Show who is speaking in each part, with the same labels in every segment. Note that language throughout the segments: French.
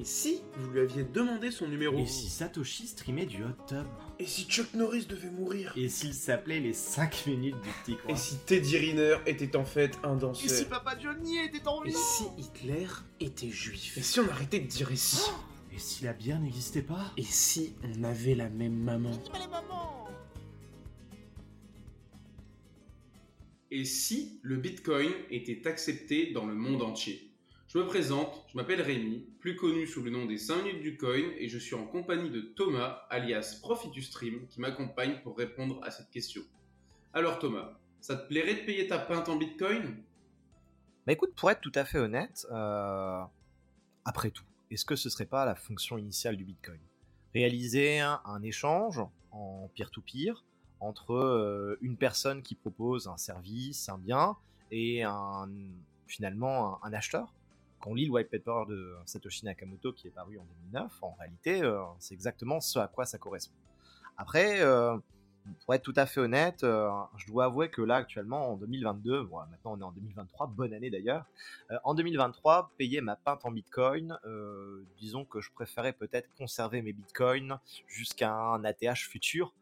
Speaker 1: Et si vous lui aviez demandé son numéro?
Speaker 2: Et si Satoshi streamait du hot tub?
Speaker 1: Et si Chuck Norris devait mourir?
Speaker 2: Et s'il s'appelait les 5 minutes du petit coin?
Speaker 1: Et si Teddy Riner était en fait un danseur?
Speaker 2: Et si Papa Johnny était en vie?
Speaker 1: Et si Hitler était juif? Et si on arrêtait de dire et si?
Speaker 2: Et si la bière n'existait pas?
Speaker 1: Et si on avait la même maman? Et si le Bitcoin était accepté dans le monde entier? Je me présente, je m'appelle Rémi, plus connu sous le nom des 5 minutes du coin, et je suis en compagnie de Thomas, alias Profitustream, qui m'accompagne pour répondre à cette question. Alors Thomas, ça te plairait de payer ta pinte en Bitcoin?
Speaker 3: Bah écoute, pour être tout à fait honnête, après tout, est-ce que ce serait pas la fonction initiale du Bitcoin? Réaliser un échange en peer-to-peer entre une personne qui propose un service, un bien, et finalement un acheteur. Quand on lit le white paper de Satoshi Nakamoto qui est paru en 2009, en réalité, c'est exactement ce à quoi ça correspond. Après, pour être tout à fait honnête, je dois avouer que là, actuellement, en 2022, bon, maintenant on est en 2023, bonne année d'ailleurs, en 2023, payer ma pinte en Bitcoin, disons que je préférais peut-être conserver mes Bitcoins jusqu'à un ATH futur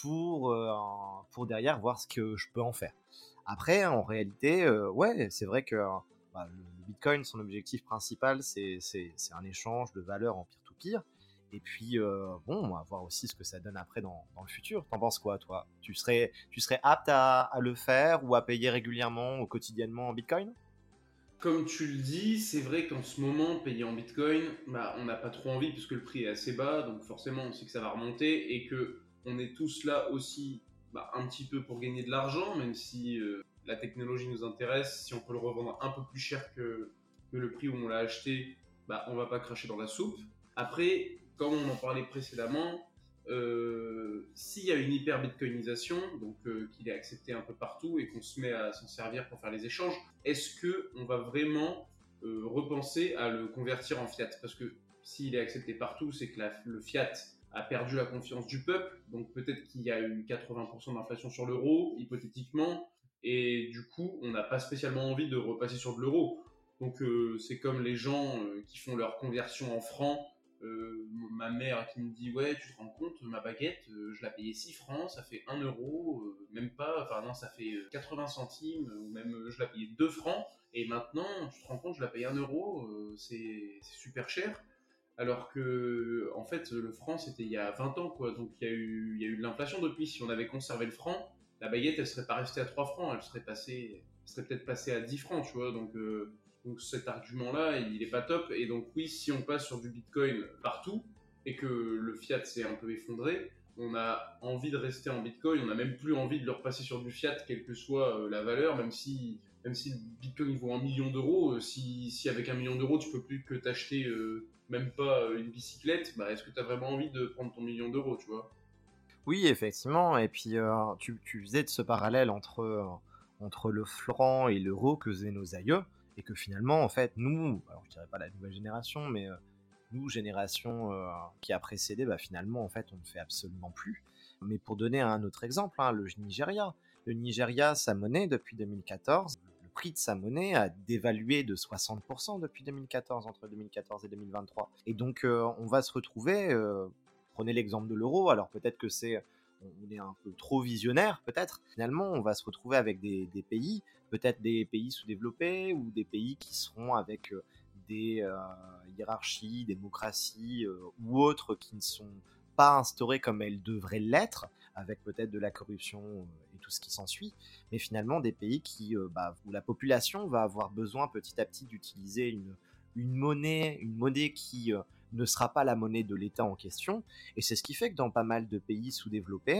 Speaker 3: pour derrière voir ce que je peux en faire. Après, en réalité, ouais, c'est vrai que le Bitcoin, son objectif principal, c'est un échange de valeur en peer-to-peer. Et puis, on va voir aussi ce que ça donne après dans le futur. T'en penses quoi, toi? Tu serais apte à le faire ou à payer régulièrement ou quotidiennement en Bitcoin?
Speaker 1: Comme tu le dis, c'est vrai qu'en ce moment, payer en Bitcoin, on n'a pas trop envie puisque le prix est assez bas, donc forcément on sait que ça va remonter et que on est tous là aussi un petit peu pour gagner de l'argent, même si la technologie nous intéresse. Si on peut le revendre un peu plus cher que le prix où on l'a acheté, on va pas cracher dans la soupe. Après, comme on en parlait précédemment, s'il y a une hyper bitcoinisation, donc qu'il est accepté un peu partout et qu'on se met à s'en servir pour faire les échanges, est-ce qu'on va vraiment repenser à le convertir en fiat? Parce que s'il est accepté partout, c'est que le fiat a perdu la confiance du peuple, donc peut-être qu'il y a eu 80% d'inflation sur l'euro, hypothétiquement, et du coup, on n'a pas spécialement envie de repasser sur de l'euro. Donc c'est comme les gens qui font leur conversion en francs. Ma mère qui me dit ouais, tu te rends compte, ma baguette je la payais 6 francs, ça fait 1 euro, même pas, enfin non, ça fait 80 centimes, ou même je la payais 2 francs, et maintenant tu te rends compte, je la paye 1 euro, c'est super cher. Alors que en fait le franc c'était il y a 20 ans quoi, donc il y a eu de l'inflation depuis. Si on avait conservé le franc, la baguette elle serait pas restée à 3 francs, elle serait peut-être passée à 10 francs, tu vois, donc cet argument-là, il est pas top. Et donc oui, si on passe sur du Bitcoin partout et que le fiat s'est un peu effondré, on a envie de rester en Bitcoin, on n'a même plus envie de le repasser sur du fiat, quelle que soit la valeur, même si le Bitcoin il vaut 1 million d'euros, si avec 1 million d'euros tu peux plus que t'acheter même pas une bicyclette, est-ce que tu as vraiment envie de prendre ton million d'euros, tu vois?
Speaker 3: Oui, effectivement. Et puis, tu faisais de ce parallèle entre le franc et l'euro que faisaient nos aïeux, et que finalement, en fait, nous, alors je dirais pas la nouvelle génération, mais nous, génération qui a précédé, finalement, en fait, on ne fait absolument plus. Mais pour donner un autre exemple, le Nigeria. Le Nigeria, sa monnaie, depuis 2014, le prix de sa monnaie a dévalué de 60% depuis 2014, entre 2014 et 2023. Et donc, on va se retrouver... prenez l'exemple de l'euro, alors peut-être que on est un peu trop visionnaire, peut-être. Finalement, on va se retrouver avec des pays, peut-être des pays sous-développés ou des pays qui seront avec des hiérarchies, démocraties ou autres qui ne sont pas instaurées comme elles devraient l'être, avec peut-être de la corruption et tout ce qui s'ensuit, mais finalement des pays où la population va avoir besoin petit à petit d'utiliser une monnaie qui ne sera pas la monnaie de l'État en question. Et c'est ce qui fait que dans pas mal de pays sous-développés,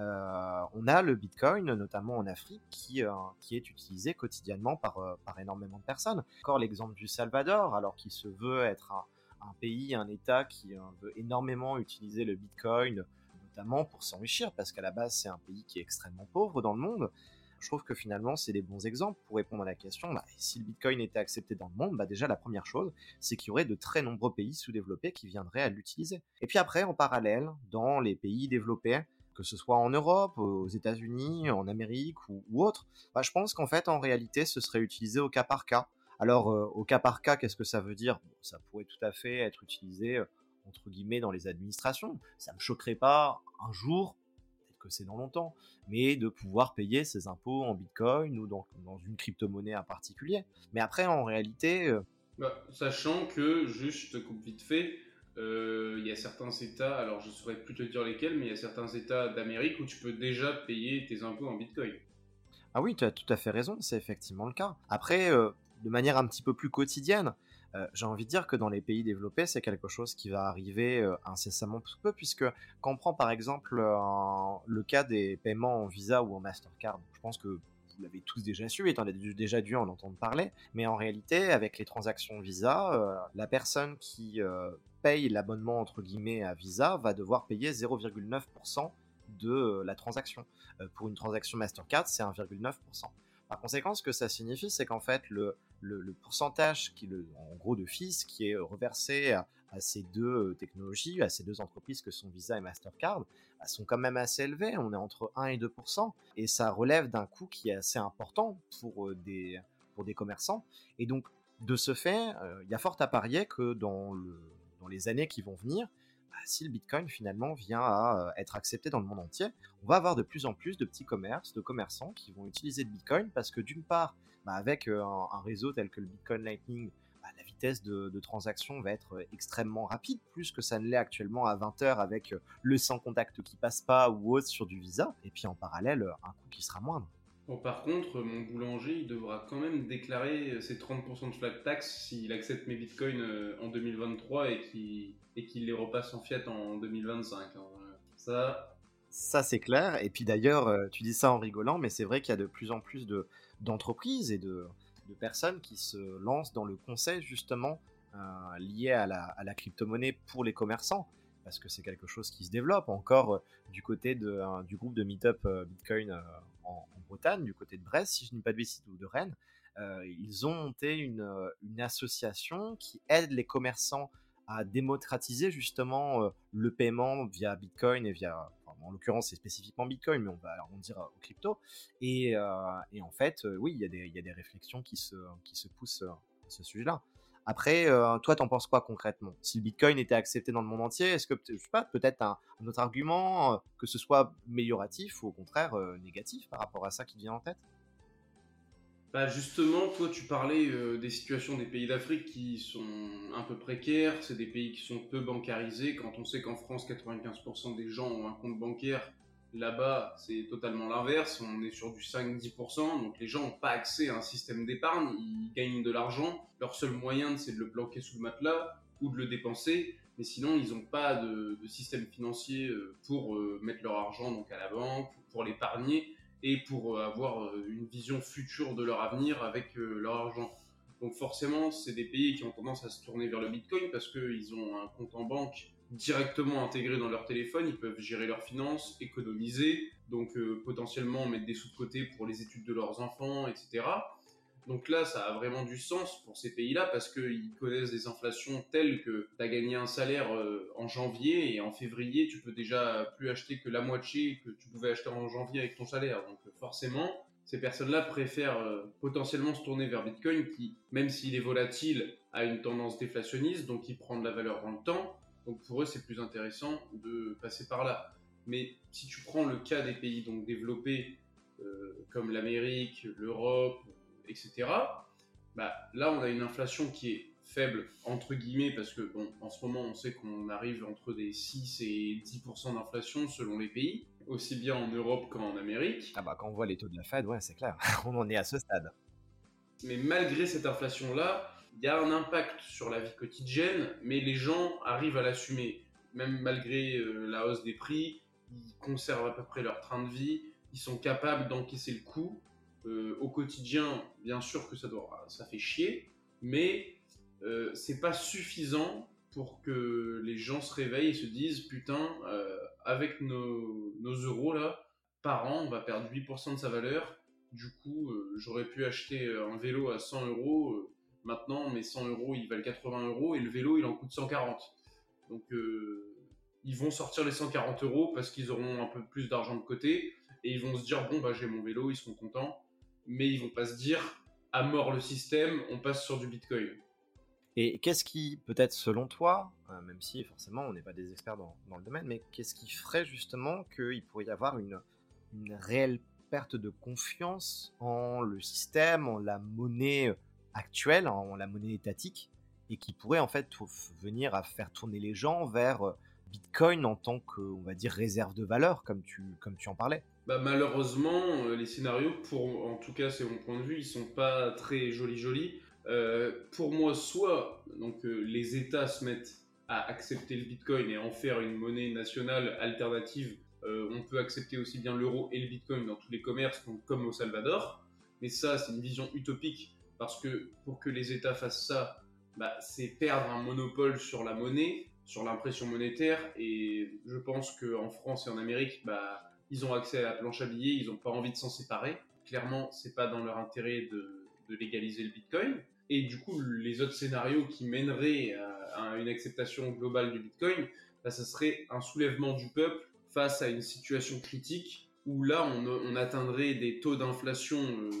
Speaker 3: on a le Bitcoin, notamment en Afrique, qui est utilisé quotidiennement par énormément de personnes. Encore l'exemple du Salvador, alors qu'il se veut être un pays, un État qui veut énormément utiliser le Bitcoin, notamment pour s'enrichir, parce qu'à la base, c'est un pays qui est extrêmement pauvre dans le monde. Je trouve que finalement, c'est des bons exemples pour répondre à la question. Si le Bitcoin était accepté dans le monde, déjà la première chose, c'est qu'il y aurait de très nombreux pays sous-développés qui viendraient à l'utiliser. Et puis après, en parallèle, dans les pays développés, que ce soit en Europe, aux États-Unis, en Amérique ou autre, je pense qu'en fait, en réalité, ce serait utilisé au cas par cas, Alors, au cas par cas, qu'est-ce que ça veut dire? Bon, ça pourrait tout à fait être utilisé, entre guillemets, dans les administrations. Ça me choquerait pas un jour, peut-être que c'est dans longtemps, mais de pouvoir payer ses impôts en bitcoin ou dans une crypto-monnaie en particulier. Mais après, en réalité,
Speaker 1: Bah, sachant que, juste, je te coupe vite fait, il y a certains États, alors je saurais plus te dire lesquels, mais il y a certains États d'Amérique où tu peux déjà payer tes impôts en Bitcoin.
Speaker 3: ah oui, tu as tout à fait raison, c'est effectivement le cas. Après, de manière un petit peu plus quotidienne, j'ai envie de dire que dans les pays développés, c'est quelque chose qui va arriver incessamment sous peu, puisque quand on prend par exemple le cas des paiements en Visa ou en Mastercard, je pense que vous l'avez tous déjà su, et tu en as déjà dû en entendre parler, mais en réalité, avec les transactions Visa, la personne qui paye l'abonnement entre guillemets à Visa va devoir payer 0,9% de la transaction. Pour une transaction Mastercard, c'est 1,9%. Par conséquent, ce que ça signifie, c'est qu'en fait, le pourcentage, en gros, de fees qui est reversé à ces deux technologies, à ces deux entreprises que sont Visa et Mastercard, sont quand même assez élevés. On est entre 1 et 2%, et ça relève d'un coût qui est assez important pour des commerçants. Et donc, de ce fait, il y a fort à parier que dans les années qui vont venir, si le Bitcoin finalement vient à être accepté dans le monde entier, on va avoir de plus en plus de petits commerces, de commerçants qui vont utiliser le Bitcoin parce que d'une part, avec un réseau tel que le Bitcoin Lightning, la vitesse de transaction va être extrêmement rapide, plus que ça ne l'est actuellement à 20 heures avec le sans contact qui passe pas ou autre sur du Visa, et puis en parallèle, un coût qui sera moindre.
Speaker 1: Bon, par contre, mon boulanger, il devra quand même déclarer ses 30% de flat tax s'il accepte mes bitcoins en 2023 et qu'il les repasse en fiat en 2025. Hein. Ça,
Speaker 3: Ça, c'est clair. Et puis d'ailleurs, tu dis ça en rigolant, mais c'est vrai qu'il y a de plus en plus d'entreprises et de personnes qui se lancent dans le conseil justement lié à la crypto-monnaie pour les commerçants, parce que c'est quelque chose qui se développe encore du côté du groupe de Meetup Bitcoin en Bretagne, du côté de Brest, si je ne dis pas de bêtises, ou de Rennes. Ils ont monté une association qui aide les commerçants à démocratiser justement le paiement via Bitcoin et enfin, en l'occurrence c'est spécifiquement Bitcoin, mais on va arrondir aux crypto. Et en fait, oui, il y a des réflexions qui se poussent à ce sujet-là. Après, toi, t'en penses quoi concrètement? Si le Bitcoin était accepté dans le monde entier, est-ce que, je sais pas, peut-être un autre argument, que ce soit amélioratif ou au contraire négatif par rapport à ça qui te vient en tête?
Speaker 1: bah justement, toi, tu parlais des situations des pays d'Afrique qui sont un peu précaires. C'est des pays qui sont peu bancarisés. Quand on sait qu'en France, 95% des gens ont un compte bancaire, là-bas, c'est totalement l'inverse. On est sur du 5-10%. Donc les gens n'ont pas accès à un système d'épargne. Ils gagnent de l'argent. Leur seul moyen, c'est de le planquer sous le matelas ou de le dépenser. Mais sinon, ils n'ont pas de système financier pour mettre leur argent donc à la banque, pour l'épargner et pour avoir une vision future de leur avenir avec leur argent. Donc forcément, c'est des pays qui ont tendance à se tourner vers le Bitcoin parce qu'ils ont un compte en banque directement intégré dans leur téléphone, ils peuvent gérer leurs finances, économiser, donc potentiellement mettre des sous de côté pour les études de leurs enfants, etc. Donc là, ça a vraiment du sens pour ces pays-là parce qu'ils connaissent des inflations telles que tu as gagné un salaire en janvier et en février, tu peux déjà plus acheter que la moitié que tu pouvais acheter en janvier avec ton salaire. Donc forcément, ces personnes-là préfèrent potentiellement se tourner vers Bitcoin qui, même s'il est volatile, a une tendance déflationniste, donc il prend de la valeur dans le temps. Donc pour eux, c'est plus intéressant de passer par là. Mais si tu prends le cas des pays donc développés comme l'Amérique, l'Europe, etc. Bah, là, on a une inflation qui est faible, entre guillemets, parce que bon, en ce moment, on sait qu'on arrive entre des 6 et 10% d'inflation selon les pays, aussi bien en Europe qu'en Amérique.
Speaker 3: Ah bah quand on voit les taux de la Fed, ouais, c'est clair, on en est à ce stade.
Speaker 1: Mais malgré cette inflation-là, il y a un impact sur la vie quotidienne, mais les gens arrivent à l'assumer. Même malgré la hausse des prix, ils conservent à peu près leur train de vie, ils sont capables d'encaisser le coup. Au quotidien, bien sûr que ça fait chier, mais c'est pas suffisant pour que les gens se réveillent et se disent putain, avec nos euros là, par an, on va perdre 8% de sa valeur. Du coup, j'aurais pu acheter un vélo à 100 euros. Maintenant, mes 100 euros, ils valent 80 euros et le vélo, il en coûte 140. Donc, ils vont sortir les 140 euros parce qu'ils auront un peu plus d'argent de côté et ils vont se dire bon, bah, j'ai mon vélo, ils seront contents. Mais ils vont pas se dire à mort le système, on passe sur du Bitcoin.
Speaker 3: Et qu'est-ce qui, peut-être selon toi, même si forcément on n'est pas des experts dans le domaine, mais qu'est-ce qui ferait justement qu'il pourrait y avoir une réelle perte de confiance en le système, en la monnaie actuelle, en la monnaie étatique, et qui pourrait en fait venir à faire tourner les gens vers Bitcoin en tant que, on va dire, réserve de valeur, comme tu en parlais?
Speaker 1: Bah, malheureusement, les scénarios, en tout cas c'est mon point de vue, ils sont pas très jolis. Pour moi, soit donc, les États se mettent à accepter le Bitcoin et en faire une monnaie nationale alternative. On peut accepter aussi bien l'euro et le Bitcoin dans tous les commerces, donc, comme au Salvador. Mais ça, c'est une vision utopique parce que pour que les États fassent ça, bah, c'est perdre un monopole sur la monnaie, sur l'impression monétaire. Et je pense qu'en France et en Amérique, bah, ils ont accès à la planche à billets, ils n'ont pas envie de s'en séparer. Clairement, c'est pas dans leur intérêt de légaliser le Bitcoin. Et du coup, les autres scénarios qui mèneraient à une acceptation globale du Bitcoin, là, ça serait un soulèvement du peuple face à une situation critique où là, on atteindrait des taux d'inflation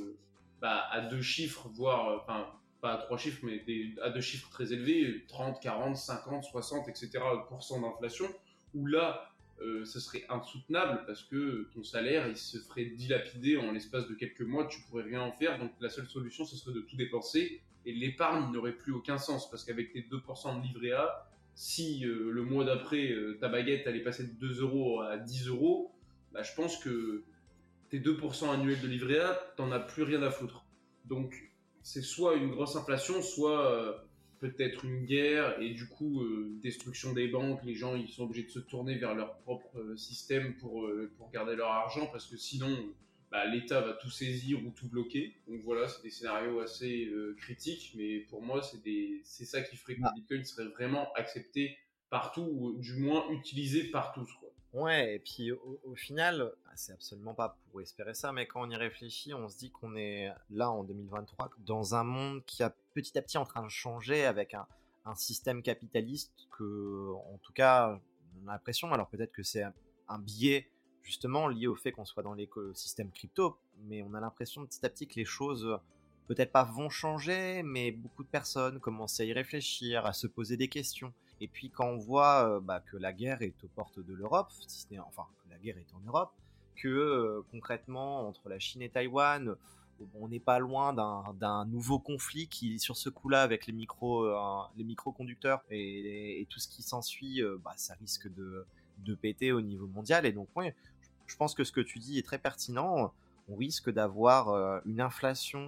Speaker 1: à 2 chiffres, voire, enfin, pas à 3 chiffres, mais à 2 chiffres très élevés, 30, 40, 50, 60, etc. d'inflation, où là, ce serait insoutenable parce que ton salaire, il se ferait dilapider en l'espace de quelques mois, tu pourrais rien en faire, donc la seule solution, ce serait de tout dépenser, et l'épargne n'aurait plus aucun sens, parce qu'avec tes 2% de livret A, si le mois d'après, ta baguette allait passer de 2 euros à 10 euros, bah, je pense que tes 2% annuels de livret A, t'en as plus rien à foutre. Donc, c'est soit une grosse inflation, soit peut-être une guerre et du coup destruction des banques. Les gens ils sont obligés de se tourner vers leur propre système pour garder leur argent parce que sinon bah, l'État va tout saisir ou tout bloquer. Donc voilà, c'est des scénarios assez critiques, mais pour moi c'est ça qui ferait que le Bitcoin serait vraiment accepté partout ou du moins utilisé par tous, quoi.
Speaker 3: Ouais, et puis au final, c'est absolument pas pour espérer ça, mais quand on y réfléchit, on se dit qu'on est là en 2023 dans un monde qui a petit à petit en train de changer avec un système capitaliste que, en tout cas, on a l'impression, alors peut-être que c'est un biais justement lié au fait qu'on soit dans l'écosystème crypto, mais on a l'impression petit à petit que les choses peut-être pas vont changer, mais beaucoup de personnes commencent à y réfléchir, à se poser des questions. Et puis quand on voit que la guerre est aux portes de l'Europe, si ce n'est, enfin que la guerre est en Europe, que concrètement entre la Chine et Taïwan, on n'est pas loin d'un nouveau conflit qui, sur ce coup-là, avec les microconducteurs et tout ce qui s'ensuit, ça risque de péter au niveau mondial. Et donc, ouais, je pense que ce que tu dis est très pertinent. On risque d'avoir une inflation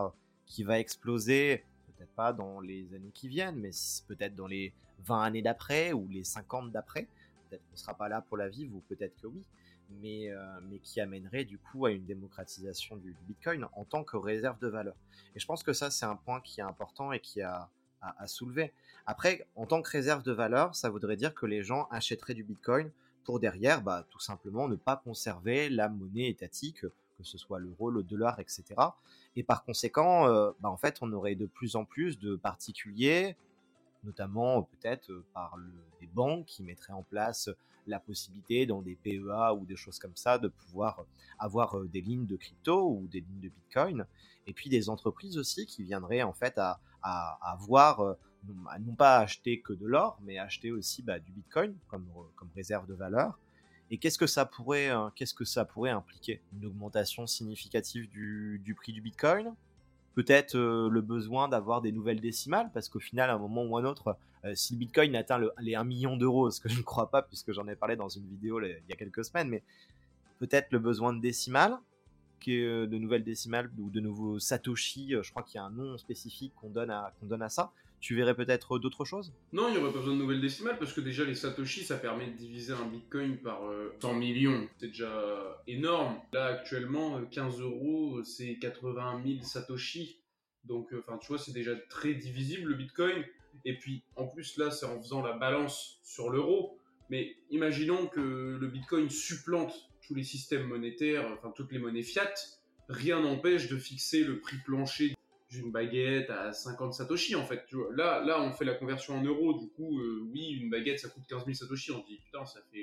Speaker 3: qui va exploser, peut-être pas dans les années qui viennent, mais peut-être dans les 20 années d'après ou les 50 d'après. Peut-être qu'on ne sera pas là pour la vivre ou peut-être que oui, mais qui amènerait du coup à une démocratisation du Bitcoin en tant que réserve de valeur. Et je pense que ça, c'est un point qui est important et qui a à soulever. Après, en tant que réserve de valeur, ça voudrait dire que les gens achèteraient du Bitcoin pour derrière, tout simplement ne pas conserver la monnaie étatique, que ce soit l'euro, le dollar, etc. Et par conséquent, en fait, on aurait de plus en plus de particuliers, notamment peut-être des banques qui mettraient en place la possibilité dans des PEA ou des choses comme ça de pouvoir avoir des lignes de crypto ou des lignes de Bitcoin, et puis des entreprises aussi qui viendraient en fait à avoir non pas acheter que de l'or, mais acheter aussi du Bitcoin comme réserve de valeur. Et qu'est-ce que ça pourrait impliquer? Une augmentation significative du prix du Bitcoin? Peut-être le besoin d'avoir des nouvelles décimales, parce qu'au final, à un moment ou à un autre, si le Bitcoin atteint les 1 million d'euros, ce que je ne crois pas, puisque j'en ai parlé dans une vidéo il y a quelques semaines, mais peut-être le besoin de décimales, de nouvelles décimales ou de nouveaux Satoshi, je crois qu'il y a un nom spécifique qu'on donne à ça. Tu verrais peut-être d'autres choses?
Speaker 1: Non, il n'y aurait pas besoin de nouvelles décimales parce que déjà les Satoshi ça permet de diviser un Bitcoin par 100 millions. C'est déjà énorme. Là actuellement, 15 euros c'est 80 000 Satoshi. Donc, tu vois, c'est déjà très divisible le Bitcoin. Et puis en plus, là, c'est en faisant la balance sur l'euro. Mais imaginons que le Bitcoin supplante tous les systèmes monétaires, enfin toutes les monnaies fiat. Rien n'empêche de fixer le prix plancher d'une baguette à 50 Satoshi en fait. Tu vois. Là, on fait la conversion en euros, du coup, oui, une baguette ça coûte 15 000 Satoshi. On se dit putain, ça fait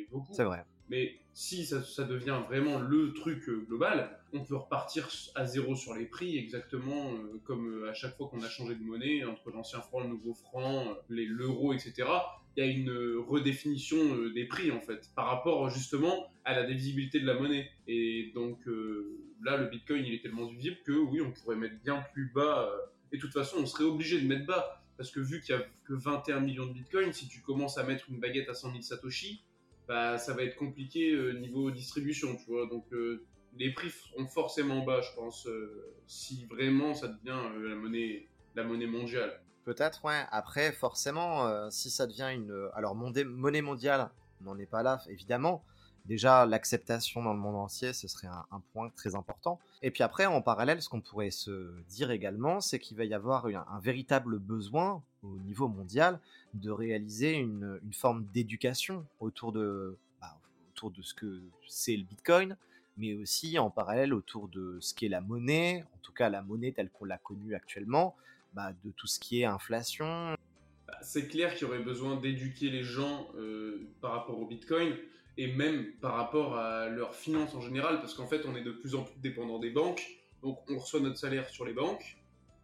Speaker 1: beaucoup.
Speaker 3: C'est vrai.
Speaker 1: Mais si ça devient vraiment le truc global, on peut repartir à zéro sur les prix, exactement comme à chaque fois qu'on a changé de monnaie, entre l'ancien franc, le nouveau franc, l'euro, etc. Il y a une redéfinition des prix, en fait, par rapport justement à la divisibilité de la monnaie. Et donc là, le Bitcoin, il est tellement divisible que oui, on pourrait mettre bien plus bas. Et de toute façon, on serait obligé de mettre bas. Parce que vu qu'il n'y a que 21 millions de Bitcoin, si tu commences à mettre une baguette à 100 000 Satoshi, bah, ça va être compliqué niveau distribution, tu vois. Donc, les prix seront forcément bas, je pense, si vraiment ça devient la monnaie mondiale.
Speaker 3: Peut-être, ouais. Après, forcément, si ça devient une... Alors, monnaie mondiale, on n'en est pas là, évidemment. Déjà, l'acceptation dans le monde entier, ce serait un point très important. Et puis après, en parallèle, ce qu'on pourrait se dire également, c'est qu'il va y avoir un véritable besoin au niveau mondial de réaliser une forme d'éducation autour de ce que c'est le Bitcoin, mais aussi en parallèle autour de ce qu'est la monnaie, en tout cas la monnaie telle qu'on l'a connue actuellement, de tout ce qui est inflation.
Speaker 1: C'est clair qu'il y aurait besoin d'éduquer les gens par rapport au Bitcoin et même par rapport à leurs finances en général, parce qu'en fait, on est de plus en plus dépendant des banques. Donc, on reçoit notre salaire sur les banques,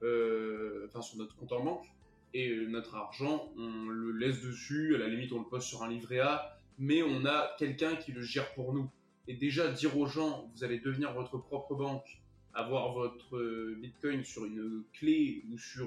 Speaker 1: sur notre compte en banque, et notre argent, on le laisse dessus. À la limite, on le pose sur un livret A, mais on a quelqu'un qui le gère pour nous. Et déjà, dire aux gens, vous allez devenir votre propre banque, avoir votre Bitcoin sur une clé ou sur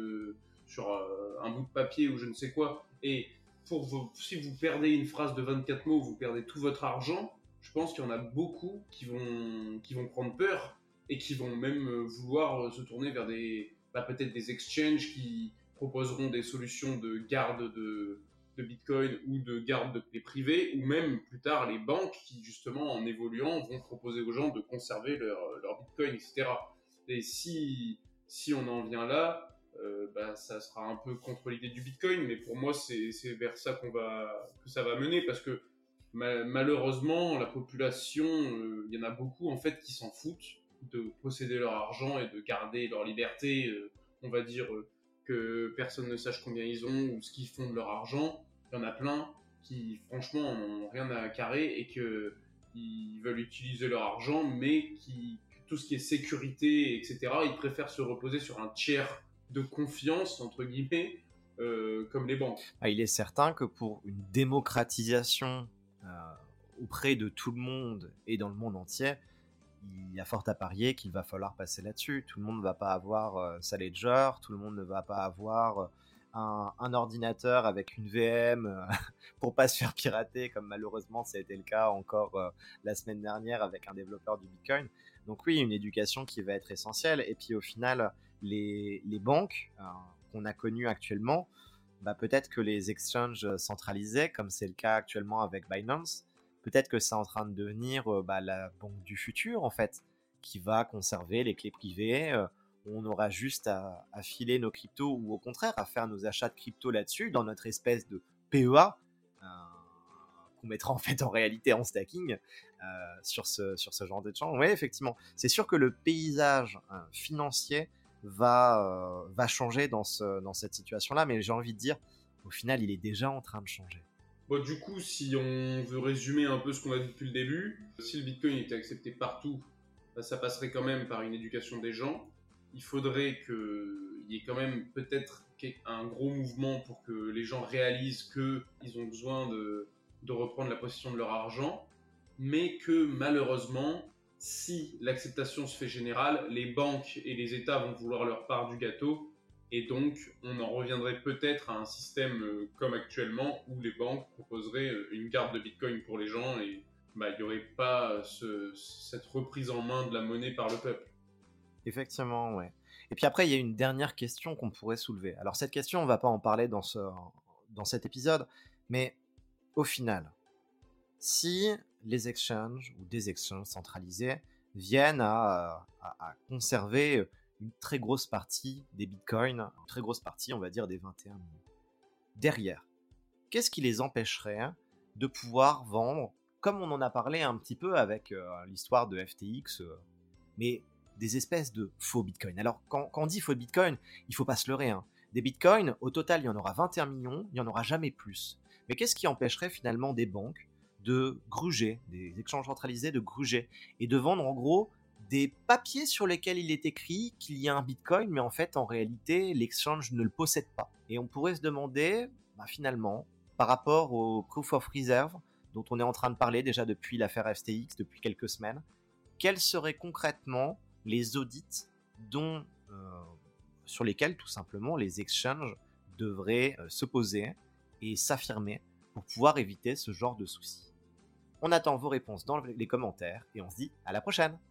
Speaker 1: un bout de papier ou je ne sais quoi, et si vous perdez une phrase de 24 mots, vous perdez tout votre argent, je pense qu'il y en a beaucoup qui vont prendre peur et qui vont même vouloir se tourner vers peut-être des exchanges qui proposeront des solutions de garde de Bitcoin ou de garde de clés privées, ou même plus tard les banques qui justement en évoluant vont proposer aux gens de conserver leur Bitcoin, etc. Et si on en vient là, ça sera un peu contre l'idée du Bitcoin, mais pour moi, c'est vers ça que ça va mener, parce que malheureusement, la population, il y en a beaucoup en fait qui s'en foutent de posséder leur argent et de garder leur liberté, on va dire que personne ne sache combien ils ont ou ce qu'ils font de leur argent. Il y en a plein qui, franchement, n'ont rien à carrer et qu'ils veulent utiliser leur argent, mais tout ce qui est sécurité, etc., ils préfèrent se reposer sur un tiers de confiance, entre guillemets, comme les banques.
Speaker 3: Il est certain que pour une démocratisation auprès de tout le monde et dans le monde entier, il y a fort à parier qu'il va falloir passer là-dessus. Tout le monde ne va pas avoir sa ledger, tout le monde ne va pas avoir un ordinateur avec une VM pour pas se faire pirater, comme malheureusement ça a été le cas encore la semaine dernière avec un développeur du Bitcoin. Donc oui, une éducation qui va être essentielle. Et puis au final, les banques qu'on a connues actuellement, peut-être que les exchanges centralisés, comme c'est le cas actuellement avec Binance, peut-être que c'est en train de devenir la banque du futur, en fait, qui va conserver les clés privées. On aura juste à filer nos cryptos, ou au contraire, à faire nos achats de crypto là-dessus, dans notre espèce de PEA, qu'on mettra en fait en réalité en stacking sur ce genre d'échange. Oui, effectivement. C'est sûr que le paysage financier va changer dans cette situation-là, mais j'ai envie de dire, au final, il est déjà en train de changer.
Speaker 1: Bon, du coup, si on veut résumer un peu ce qu'on a dit depuis le début, si le Bitcoin était accepté partout, ça passerait quand même par une éducation des gens. Il faudrait qu'il y ait quand même peut-être un gros mouvement pour que les gens réalisent qu'ils ont besoin de reprendre la possession de leur argent, mais que malheureusement, si l'acceptation se fait générale, les banques et les États vont vouloir leur part du gâteau. Et donc, on en reviendrait peut-être à un système comme actuellement, où les banques proposeraient une garde de Bitcoin pour les gens, et il n'y aurait pas cette reprise en main de la monnaie par le peuple.
Speaker 3: Effectivement, ouais. Et puis après, il y a une dernière question qu'on pourrait soulever. Alors cette question, on ne va pas en parler dans cet épisode, mais au final, si les exchanges ou des exchanges centralisés viennent à conserver une très grosse partie des bitcoins, une très grosse partie, on va dire, des 21 millions. Derrière, qu'est-ce qui les empêcherait de pouvoir vendre, comme on en a parlé un petit peu avec l'histoire de FTX, mais des espèces de faux bitcoins. Alors, quand on dit faux bitcoin, il ne faut pas se leurrer. Des bitcoins, au total, il y en aura 21 millions, il n'y en aura jamais plus. Mais qu'est-ce qui empêcherait finalement des banques de gruger, des échanges centralisés de gruger, et de vendre en gros des papiers sur lesquels il est écrit qu'il y a un Bitcoin, mais en fait, en réalité, l'exchange ne le possède pas. Et on pourrait se demander, finalement, par rapport au Proof of Reserve, dont on est en train de parler déjà depuis l'affaire FTX, depuis quelques semaines, quels seraient concrètement les audits sur lesquels, tout simplement, les exchanges devraient se poser et s'affirmer pour pouvoir éviter ce genre de soucis. On attend vos réponses dans les commentaires et on se dit à la prochaine!